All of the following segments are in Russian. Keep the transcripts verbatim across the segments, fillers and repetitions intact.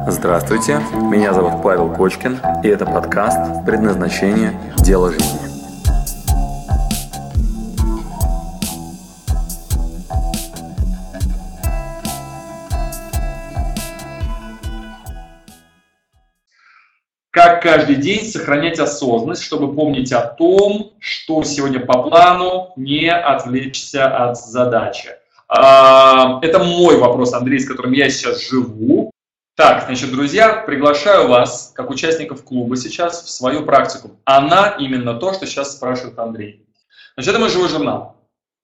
Здравствуйте, меня зовут Павел Кочкин, и это подкаст «Предназначение. Дело жизни». Как каждый день сохранять осознанность, чтобы помнить о том, что сегодня по плану, не отвлечься от задачи. Это мой вопрос, Андрей, с которым я сейчас живу. Так, значит, друзья, приглашаю вас, как участников клуба сейчас, в свою практику. Она именно то, что сейчас спрашивает Андрей. Значит, это мой живой журнал.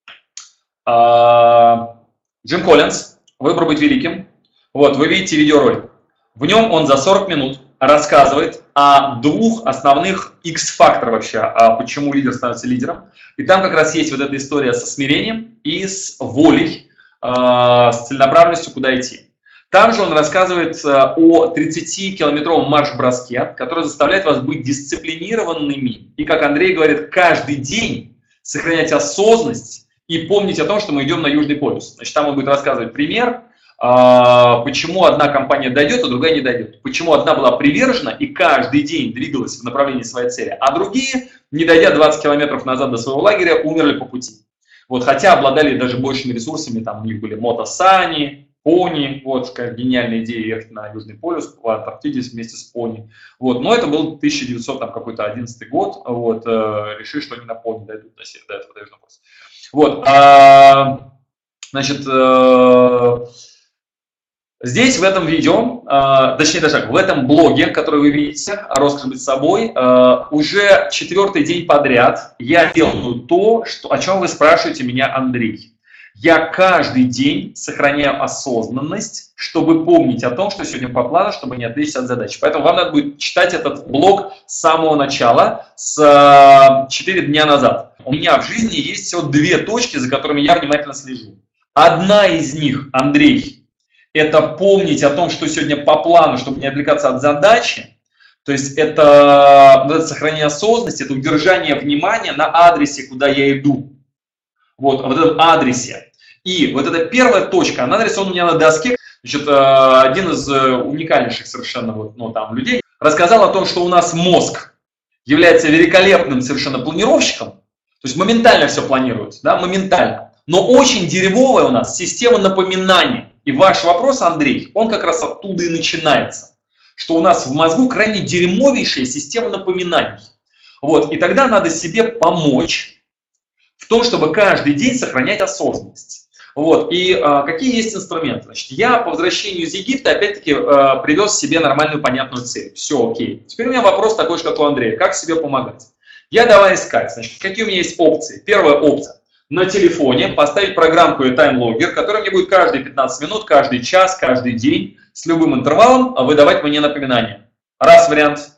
Джим Коллинз, «Выбор быть великим». Вот, вы видите видеоролик. В нем он за сорок минут рассказывает о двух основных X-факторах вообще, почему лидер становится лидером. И там как раз есть вот эта история со смирением и с волей, с целенаправленностью, куда идти. Там же он рассказывает о тридцатикилометровом марш-броске, который заставляет вас быть дисциплинированными. И, как Андрей говорит, каждый день сохранять осознанность и помнить о том, что мы идем на Южный полюс. Значит, там он будет рассказывать пример, почему одна компания дойдет, а другая не дойдет. Почему одна была привержена и каждый день двигалась в направлении своей цели, а другие, не дойдя двадцать километров назад до своего лагеря, умерли по пути. Вот, хотя обладали даже большими ресурсами, там у них были мотосани, пони, вот, как гениальная идея ехать на Южный полюс, в Антарктиде вместе с пони. Вот, но это был тысяча девятьсот одиннадцатый год, вот, э, решили, что они на пони дойдут до, до этого до Южного полюса. Вот, а, значит, э, здесь, в этом видео, э, точнее даже в этом блоге, который вы видите, «Роскошь быть собой», э, уже четвертый день подряд я делаю то, что, о чем вы спрашиваете меня, Андрей. Я каждый день сохраняю осознанность, чтобы помнить о том, что сегодня по плану, чтобы не отвлечься от задачи. Поэтому вам надо будет читать этот блог с самого начала, с четыре дня назад. У меня в жизни есть всего две точки, за которыми я внимательно слежу. Одна из них, Андрей, это помнить о том, что сегодня по плану, чтобы не отвлекаться от задачи. То есть это, это сохранение осознанности, это удержание внимания на адресе, куда я иду. Вот, вот этом адресе. И вот эта первая точка, она нарисована у меня на доске. Значит, один из уникальнейших совершенно вот, ну, там, людей рассказал о том, что у нас мозг является великолепным совершенно планировщиком. То есть моментально все планируется, да, моментально. Но очень дерьмовая у нас система напоминаний. И ваш вопрос, Андрей, он как раз оттуда и начинается. Что у нас в мозгу крайне дерьмовейшая система напоминаний. Вот, и тогда надо себе помочь в том, чтобы каждый день сохранять осознанность. Вот. И а, какие есть инструменты? Значит, я по возвращению из Египта опять-таки а, привез себе нормальную понятную цель. Все окей. Теперь у меня вопрос такой же, как у Андрея. Как себе помогать? Я давай искать. Значит, какие у меня есть опции? Первая опция. На телефоне поставить программку и таймлогер, которая мне будет каждые пятнадцать минут, каждый час, каждый день с любым интервалом выдавать мне напоминания. Раз вариант.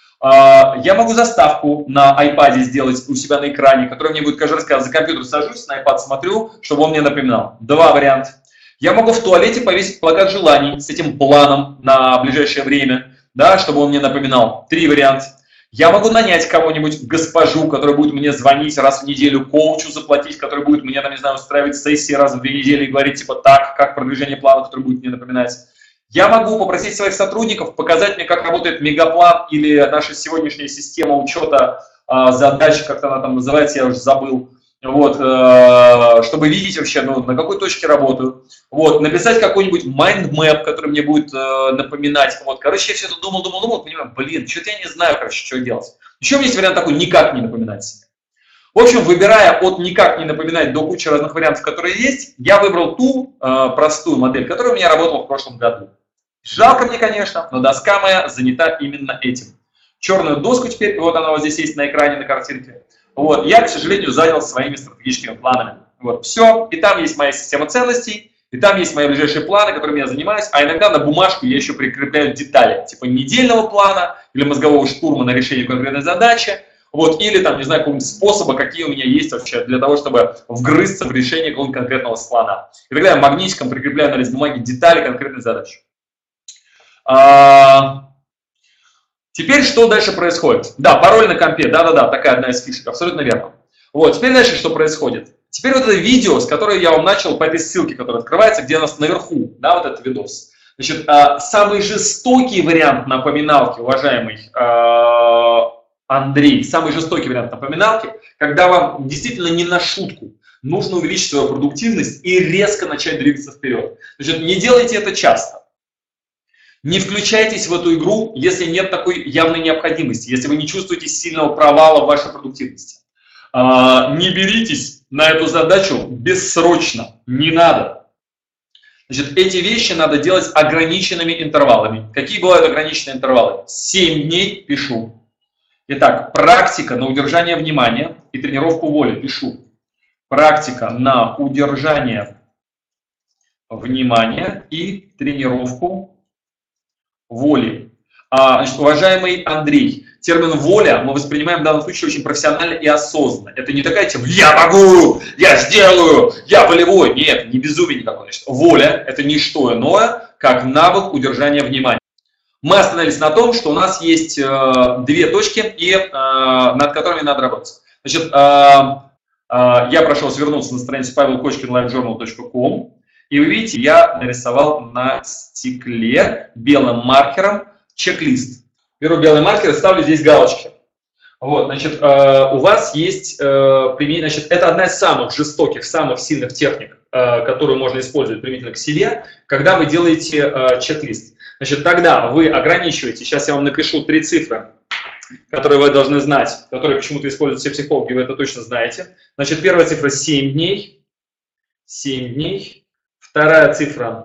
Я могу заставку на iPad сделать у себя на экране, которая мне будет каждый раз, когда за компьютер сажусь, на iPad смотрю, чтобы он мне напоминал. Два варианта. Я могу в туалете повесить плакат желаний с этим планом на ближайшее время, да, чтобы он мне напоминал. Три варианта. Я могу нанять кого-нибудь, госпожу, которая будет мне звонить раз в неделю, коучу заплатить, который будет мне, там, не знаю, устраивать сессии раз в две недели и говорить, типа, так, как продвижение плана, который будет мне напоминать. Я могу попросить своих сотрудников показать мне, как работает мегаплан или наша сегодняшняя система учета э, задач, как она там называется, я уже забыл, вот, э, чтобы видеть вообще, ну, на какой точке работаю. Вот, написать какой-нибудь mind map, который мне будет э, напоминать. Вот, короче, я все это думал, думал, думал, понимаю, блин, что-то я не знаю, короче, что делать. Еще у меня есть вариант такой, никак не напоминать себе. В общем, выбирая от никак не напоминать до кучи разных вариантов, которые есть, я выбрал ту э, простую модель, которая у меня работала в прошлом году. Жалко мне, конечно, но доска моя занята именно этим. Черную доску теперь, вот она вот здесь есть на экране, на картинке. Вот, я, к сожалению, занял своими стратегическими планами. Вот, все. И там есть моя система ценностей, и там есть мои ближайшие планы, которыми я занимаюсь. А иногда на бумажку я еще прикрепляю детали, типа недельного плана или мозгового штурма на решение конкретной задачи. Вот, или там, не знаю, какого-нибудь способа, какие у меня есть вообще для того, чтобы вгрызться в решение какого-нибудь конкретного плана. И тогда я магнитиком прикрепляю на лист бумаги детали конкретной задачи. А, теперь что дальше происходит? Да, пароль на компе, да-да-да, такая одна из фишек, абсолютно верно. Вот, теперь дальше что происходит? Теперь вот это видео, с которой я вам начал по этой ссылке, которая открывается, где у нас наверху, да, вот этот видос. Значит, самый жестокий вариант напоминалки, уважаемый Андрей, самый жестокий вариант напоминалки, когда вам действительно не на шутку нужно увеличить свою продуктивность и резко начать двигаться вперед. Значит, не делайте это часто. Не включайтесь в эту игру, если нет такой явной необходимости, если вы не чувствуете сильного провала в вашей продуктивности. Не беритесь на эту задачу бессрочно, не надо. Значит, эти вещи надо делать ограниченными интервалами. Какие бывают ограниченные интервалы? семь дней пишу. Итак, практика на удержание внимания и тренировку воли пишу. Практика на удержание внимания и тренировку воли. А, значит, уважаемый Андрей, термин «воля» мы воспринимаем в данном случае очень профессионально и осознанно. Это не такая тема «я могу», «я сделаю», «я волевой». Нет, не безумие никакое. Значит, воля – это не что иное, как навык удержания внимания. Мы остановились на том, что у нас есть э, две точки, и, э, над которыми надо работать. Значит, э, э, я прошу вас вернуться на страницу павел кочкин лайф джорнал точка ком. И вы видите, я нарисовал на стекле белым маркером чек-лист. Беру белый маркер и ставлю здесь галочки. Вот, значит, у вас есть применение, значит, это одна из самых жестоких, самых сильных техник, которую можно использовать применительно к себе, когда вы делаете чек-лист. Значит, тогда вы ограничиваете, сейчас я вам напишу три цифры, которые вы должны знать, которые почему-то используют все психологи, вы это точно знаете. Значит, первая цифра семь дней, семь дней. Вторая цифра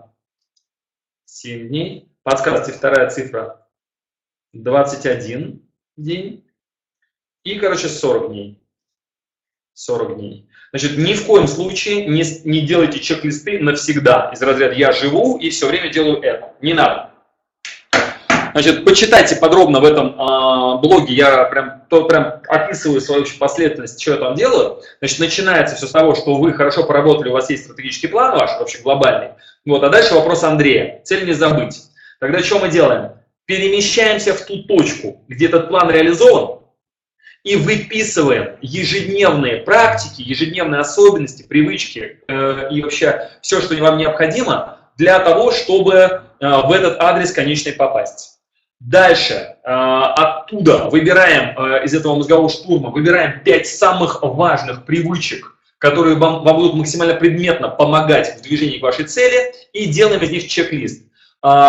семь дней. Подсказки, вторая цифра двадцать один день. И, короче, сорок дней. сорок дней. Значит, ни в коем случае не, не делайте чек-листы навсегда. Из разряда «я живу и все время делаю это». Не надо. Значит, почитайте подробно в этом э, блоге, я прям, то, прям описываю свою общую последовательность, что я там делаю. Значит, начинается все с того, что вы хорошо поработали, у вас есть стратегический план ваш, вообще глобальный. Вот, а дальше вопрос Андрея. Цель не забыть. Тогда что мы делаем? Перемещаемся в ту точку, где этот план реализован, и выписываем ежедневные практики, ежедневные особенности, привычки э, и вообще все, что вам необходимо для того, чтобы э, в этот адрес конечный попасть. Дальше э, оттуда выбираем, э, из этого мозгового штурма, выбираем пять самых важных привычек, которые вам, вам будут максимально предметно помогать в движении к вашей цели, и делаем из них чек-лист. Э,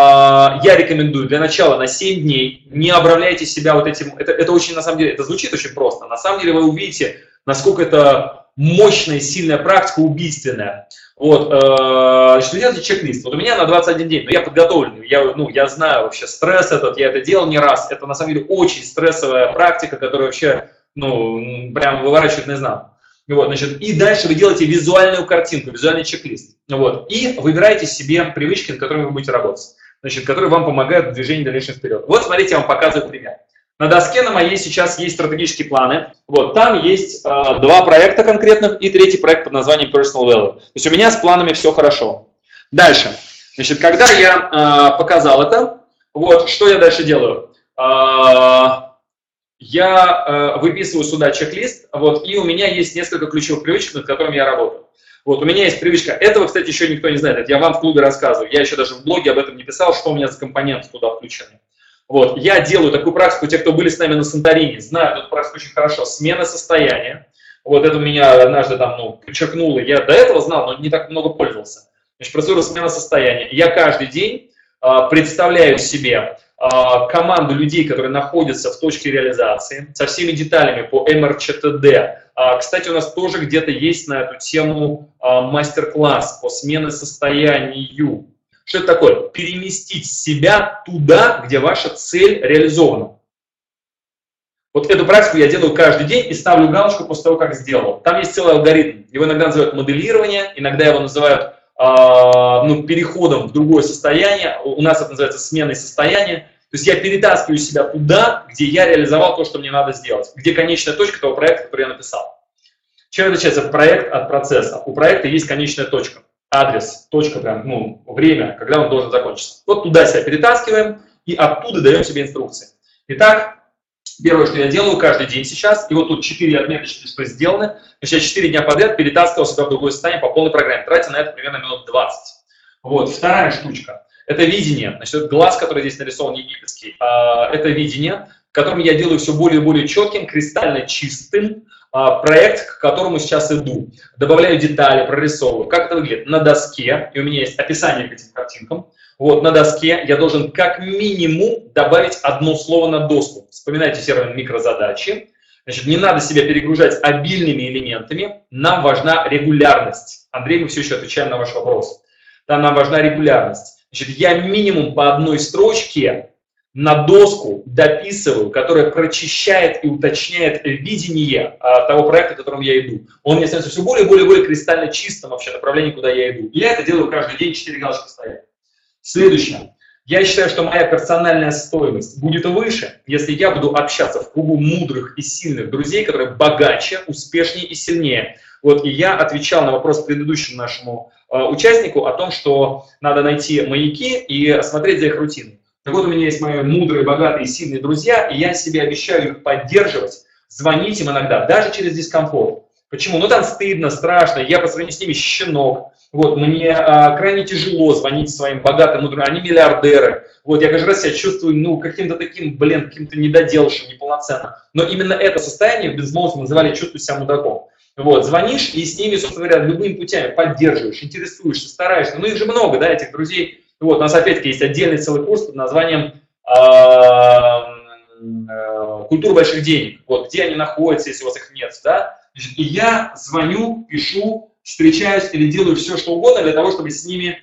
я рекомендую для начала на семь дней, не обравляйте себя вот этим, это, это очень, на самом деле, это звучит очень просто, на самом деле вы увидите, насколько это мощная, сильная практика, убийственная. Вот, э, значит, вы делаете чек-лист. Вот у меня на двадцать один день, но я подготовленный, я, ну, я знаю вообще стресс этот, я это делал не раз. Это на самом деле очень стрессовая практика, которая вообще, ну, прям выворачивает наизнанку. Вот, значит, и дальше вы делаете визуальную картинку, визуальный чек-лист. Вот, и выбираете себе привычки, над которыми вы будете работать, значит, которые вам помогают в движении дальнейшем вперед. Вот, смотрите, я вам показываю пример. На доске на моей сейчас есть стратегические планы. Вот, там есть э, два проекта конкретных и третий проект под названием Personal Value. То есть у меня с планами все хорошо. Дальше. Значит, когда я э, показал это, вот, что я дальше делаю? Э, я э, выписываю сюда чек-лист, вот, и у меня есть несколько ключевых привычек, над которыми я работаю. Вот, у меня есть привычка. Этого, кстати, еще никто не знает. Это я вам в клубе рассказываю. Я еще даже в блоге об этом не писал, что у меня за компоненты туда включены. Вот, я делаю такую практику, те, кто были с нами на Санторини, знают эту практику очень хорошо, смена состояния. Вот это меня однажды там, ну, подчеркнуло, я до этого знал, но не так много пользовался. Значит, процедура смена состояния. Я каждый день э, представляю себе э, команду людей, которые находятся в точке реализации, со всеми деталями по эм эр че тэ дэ. Э, кстати, у нас тоже где-то есть на эту тему э, мастер-класс по смене состоянию. Что это такое? Переместить себя туда, где ваша цель реализована. Вот эту практику я делаю каждый день и ставлю галочку после того, как сделал. Там есть целый алгоритм. Его иногда называют моделирование, иногда его называют э, ну, переходом в другое состояние. У нас это называется сменой состояния. То есть я перетаскиваю себя туда, где я реализовал то, что мне надо сделать. Где конечная точка того проекта, который я написал. Чем отличается проект от процесса? У проекта есть конечная точка. Адрес, точка, прям, ну, время, когда он должен закончиться. Вот туда себя перетаскиваем и оттуда даем себе инструкции. Итак, первое, что я делаю каждый день сейчас, и вот тут четыре отметочки, что сделаны, значит, я четыре дня подряд перетаскивал себя в другое состояние по полной программе, тратя на это примерно минут двадцать. Вот, вторая штучка. Это видение, значит, глаз, который здесь нарисован египетский, это видение, в котором я делаю все более и более четким, кристально чистым, проект, к которому сейчас иду. Добавляю детали, прорисовываю. Как это выглядит? На доске, и у меня есть описание к этим картинкам. Вот, на доске я должен как минимум добавить одно слово на доску. Вспоминайте термин микрозадачи. Значит, не надо себя перегружать обильными элементами. Нам важна регулярность. Андрей, мы все еще отвечаем на ваш вопрос. Да, нам важна регулярность. Значит, я минимум по одной строчке на доску дописываю, которая прочищает и уточняет видение а, того проекта, к которому я иду. Он мне становится все более и более, более кристально чистым вообще направлении, куда я иду. И я это делаю каждый день, четыре галочки стоят. Следующее. Я считаю, что моя персональная стоимость будет выше, если я буду общаться в кругу мудрых и сильных друзей, которые богаче, успешнее и сильнее. Вот, и я отвечал на вопрос предыдущему нашему э, участнику о том, что надо найти маяки и смотреть за их рутиной. Так вот, у меня есть мои мудрые, богатые, сильные друзья, и я себе обещаю их поддерживать, звонить им иногда, даже через дискомфорт. Почему? Ну, там стыдно, страшно, я по сравнению с ними щенок. Вот, мне а, крайне тяжело звонить своим богатым, мудрым, они миллиардеры. Вот, я каждый раз себя чувствую, ну, каким-то таким, блин, каким-то недоделавшим, неполноценным. Но именно это состояние в безмолвстве называли «чувствую себя мудаком». Вот, звонишь и с ними, собственно говоря, любыми путями поддерживаешь, интересуешься, стараешься. Ну, их же много, да, этих друзей. Вот, у нас опять-таки есть отдельный целый курс под названием «Культура больших денег». Вот, где они находятся, если у вас их нет, да. И я звоню, пишу, встречаюсь или делаю все, что угодно для того, чтобы с ними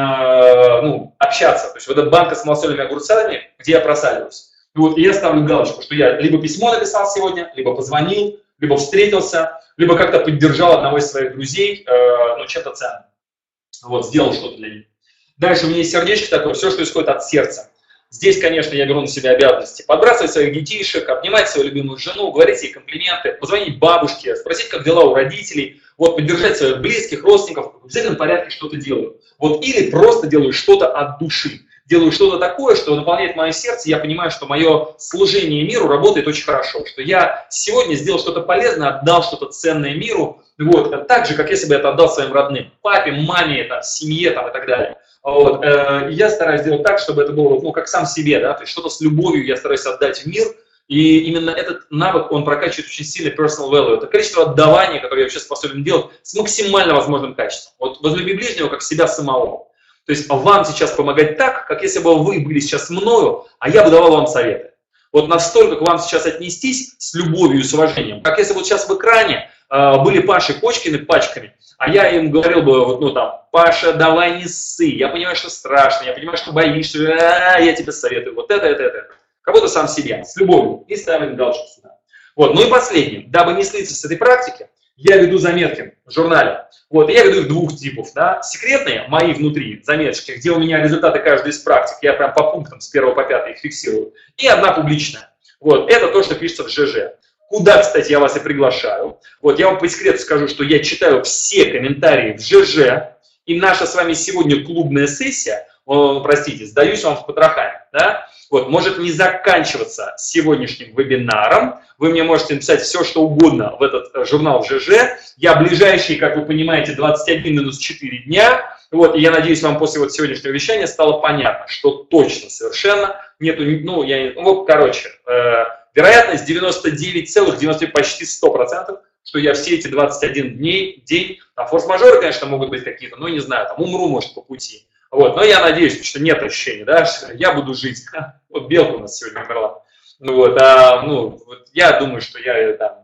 э, ну, общаться. То есть вот эта банка с малосольными огурцами, где я просаливаюсь. И вот и я ставлю галочку, что я либо письмо написал сегодня, либо позвонил, либо встретился, либо как-то поддержал одного из своих друзей, э, ну, чем-то ценным. Вот, сделал что-то для них. Дальше у меня есть сердечко такое, все, что исходит от сердца. Здесь, конечно, я беру на себя обязанности подбрасывать своих детишек, обнимать свою любимую жену, говорить ей комплименты, позвонить бабушке, спросить, как дела у родителей, вот, поддержать своих близких, родственников, в обязательном порядке что-то делаю. Вот, или просто делаю что-то от души. Делаю что-то такое, что наполняет мое сердце, я понимаю, что мое служение миру работает очень хорошо, что я сегодня сделал что-то полезное, отдал что-то ценное миру, вот, так же, как если бы это отдал своим родным, папе, маме, там, семье там, и так далее. Вот, э, я стараюсь сделать так, чтобы это было, ну, как сам себе, да, то есть что-то с любовью я стараюсь отдать в мир, и именно этот навык, он прокачивает очень сильный personal value. Это количество отдавания, которое я вообще способен делать с максимально возможным качеством. Вот возлюби ближнего, как себя самого. То есть вам сейчас помогать так, как если бы вы были сейчас мною, а я бы давал вам советы. Вот настолько к вам сейчас отнестись с любовью и с уважением, как если вот сейчас в экране э, были Паши Кочкины пачками, а я им говорил бы, вот, ну там, Паша, давай не ссы, я понимаю, что страшно, я понимаю, что боишься, а, я тебе советую, вот это, это, это. Как будто сам себе, с любовью, и ставим галочку сюда. Вот, ну и последнее, дабы не слиться с этой практики, я веду заметки в журнале. Вот, и я веду их двух типов, да, секретные, мои внутри, заметочки, где у меня результаты каждой из практик, я прям по пунктам с первого по пятый их фиксирую, и одна публичная. Вот, это то, что пишется в ЖЖ. Куда, кстати, я вас и приглашаю. Вот, я вам по секрету скажу, что я читаю все комментарии в ЖЖ, и наша с вами сегодня клубная сессия, о, простите, сдаюсь вам в потрохами, да, вот, может не заканчиваться сегодняшним вебинаром, вы мне можете написать все, что угодно в этот журнал в ЖЖ, я ближайшие, как вы понимаете, двадцать один минус четыре дня, вот, и я надеюсь, вам после вот сегодняшнего вещания стало понятно, что точно совершенно нету, ну, я, ну, короче, э, вероятность девяносто девять целых девяносто девять, почти сто процентов, что я все эти двадцать один дней, день, там форс-мажоры, конечно, могут быть какие-то, но не знаю, там умру, может, по пути. Вот, но я надеюсь, что нет ощущения, да, что я буду жить. Вот белка у нас сегодня умерла. Ну, вот, а, ну, вот я думаю, что я там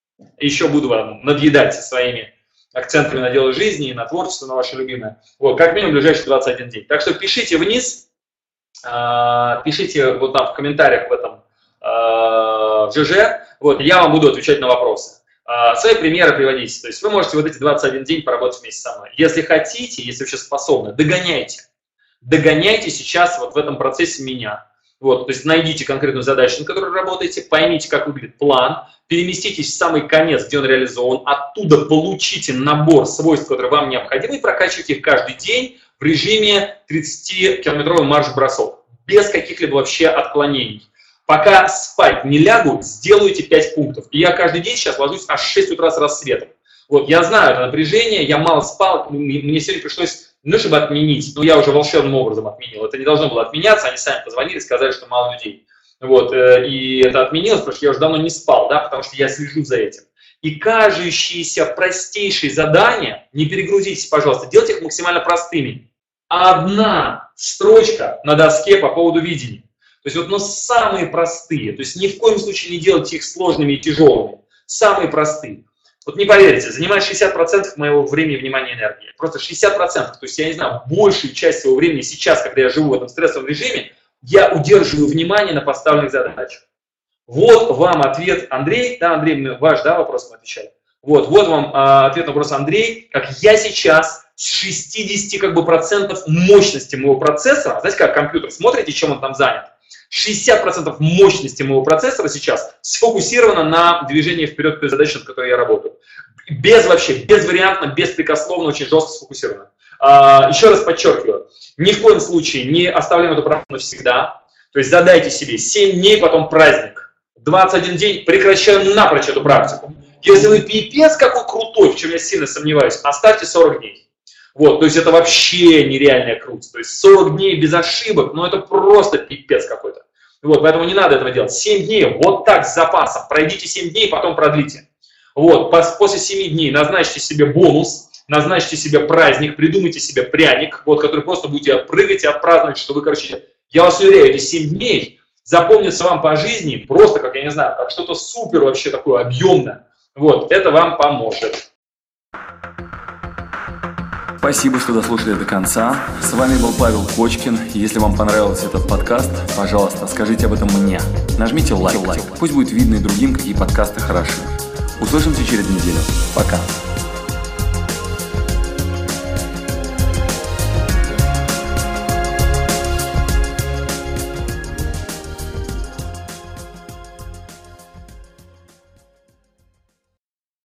еще буду вам надъедать со своими акцентами на дело жизни и на творчество, на ваше любимое. Вот, как минимум, ближайшие двадцать один день. Так что пишите вниз, э, пишите вот там в комментариях в этом э, в ЖЖ, вот, я вам буду отвечать на вопросы. Э, свои примеры приводите. То есть вы можете вот эти двадцать один день поработать вместе со мной. Если хотите, если вообще способны, догоняйте. Догоняйте сейчас вот в этом процессе меня. Вот, то есть найдите конкретную задачу, на которой работаете, поймите, как выглядит план, переместитесь в самый конец, где он реализован, оттуда получите набор свойств, которые вам необходимы, и прокачивайте их каждый день в режиме тридцатикилометровый марш-бросок, без каких-либо вообще отклонений. Пока спать не лягу, сделайте пять пунктов. И я каждый день сейчас ложусь аж в шесть утра с рассветом. Вот, я знаю это напряжение, я мало спал, мне сегодня пришлось не то чтобы отменить, но я уже волшебным образом отменил. Это не должно было отменяться, они сами позвонили, сказали, что мало людей. Вот, и это отменилось, потому что я уже давно не спал, да, потому что я слежу за этим. И кажущиеся простейшие задания, не перегрузитесь, пожалуйста, делайте их максимально простыми. Одна строчка на доске по поводу видения. То есть вот, но самые простые, то есть ни в коем случае не делайте их сложными и тяжелыми. Самые простые. Вот не поверите, занимает шестьдесят процентов моего времени, внимания и энергии. Просто шестьдесят процентов. То есть я не знаю, большую часть своего времени сейчас, когда я живу в этом стрессовом режиме, я удерживаю внимание на поставленных задачах. Вот вам ответ, Андрей. Да, Андрей, ваш, да, вопрос мы отвечали. Вот, вот вам а, ответ на вопрос, Андрей. Как я сейчас с шестидесяти как бы, процентов мощности моего процессора, знаете, как компьютер, смотрите, чем он там занят. шестьдесят процентов мощности моего процессора сейчас сфокусировано на движении вперед к той задаче, над которой я работаю. Без вообще, безвариантно, беспрекословно, очень жестко сфокусировано. А, еще раз подчеркиваю, ни в коем случае не оставляем эту практику навсегда. То есть задайте себе семь дней, потом праздник. двадцать один день, прекращаю напрочь эту практику. Если вы пипец какой крутой, в чем я сильно сомневаюсь, оставьте сорок дней. Вот, то есть это вообще нереальная крутость. То есть сорок дней без ошибок, ну это просто пипец какой-то. Вот, поэтому не надо этого делать. семь дней, вот так с запасом. Пройдите семь дней, потом продлите. Вот, после семи дней назначьте себе бонус, назначьте себе праздник, придумайте себе пряник, вот, который просто будете прыгать и отпраздновать, что вы, короче, я вас уверяю, эти семь дней запомнится вам по жизни просто, как, я не знаю, как что-то супер вообще такое объемное. Вот, это вам поможет. Спасибо, что дослушали до конца. С вами был Павел Кочкин. Если вам понравился этот подкаст, пожалуйста, скажите об этом мне. Нажмите лайк. Пусть будет видно и другим, какие подкасты хороши. Услышимся через неделю. Пока.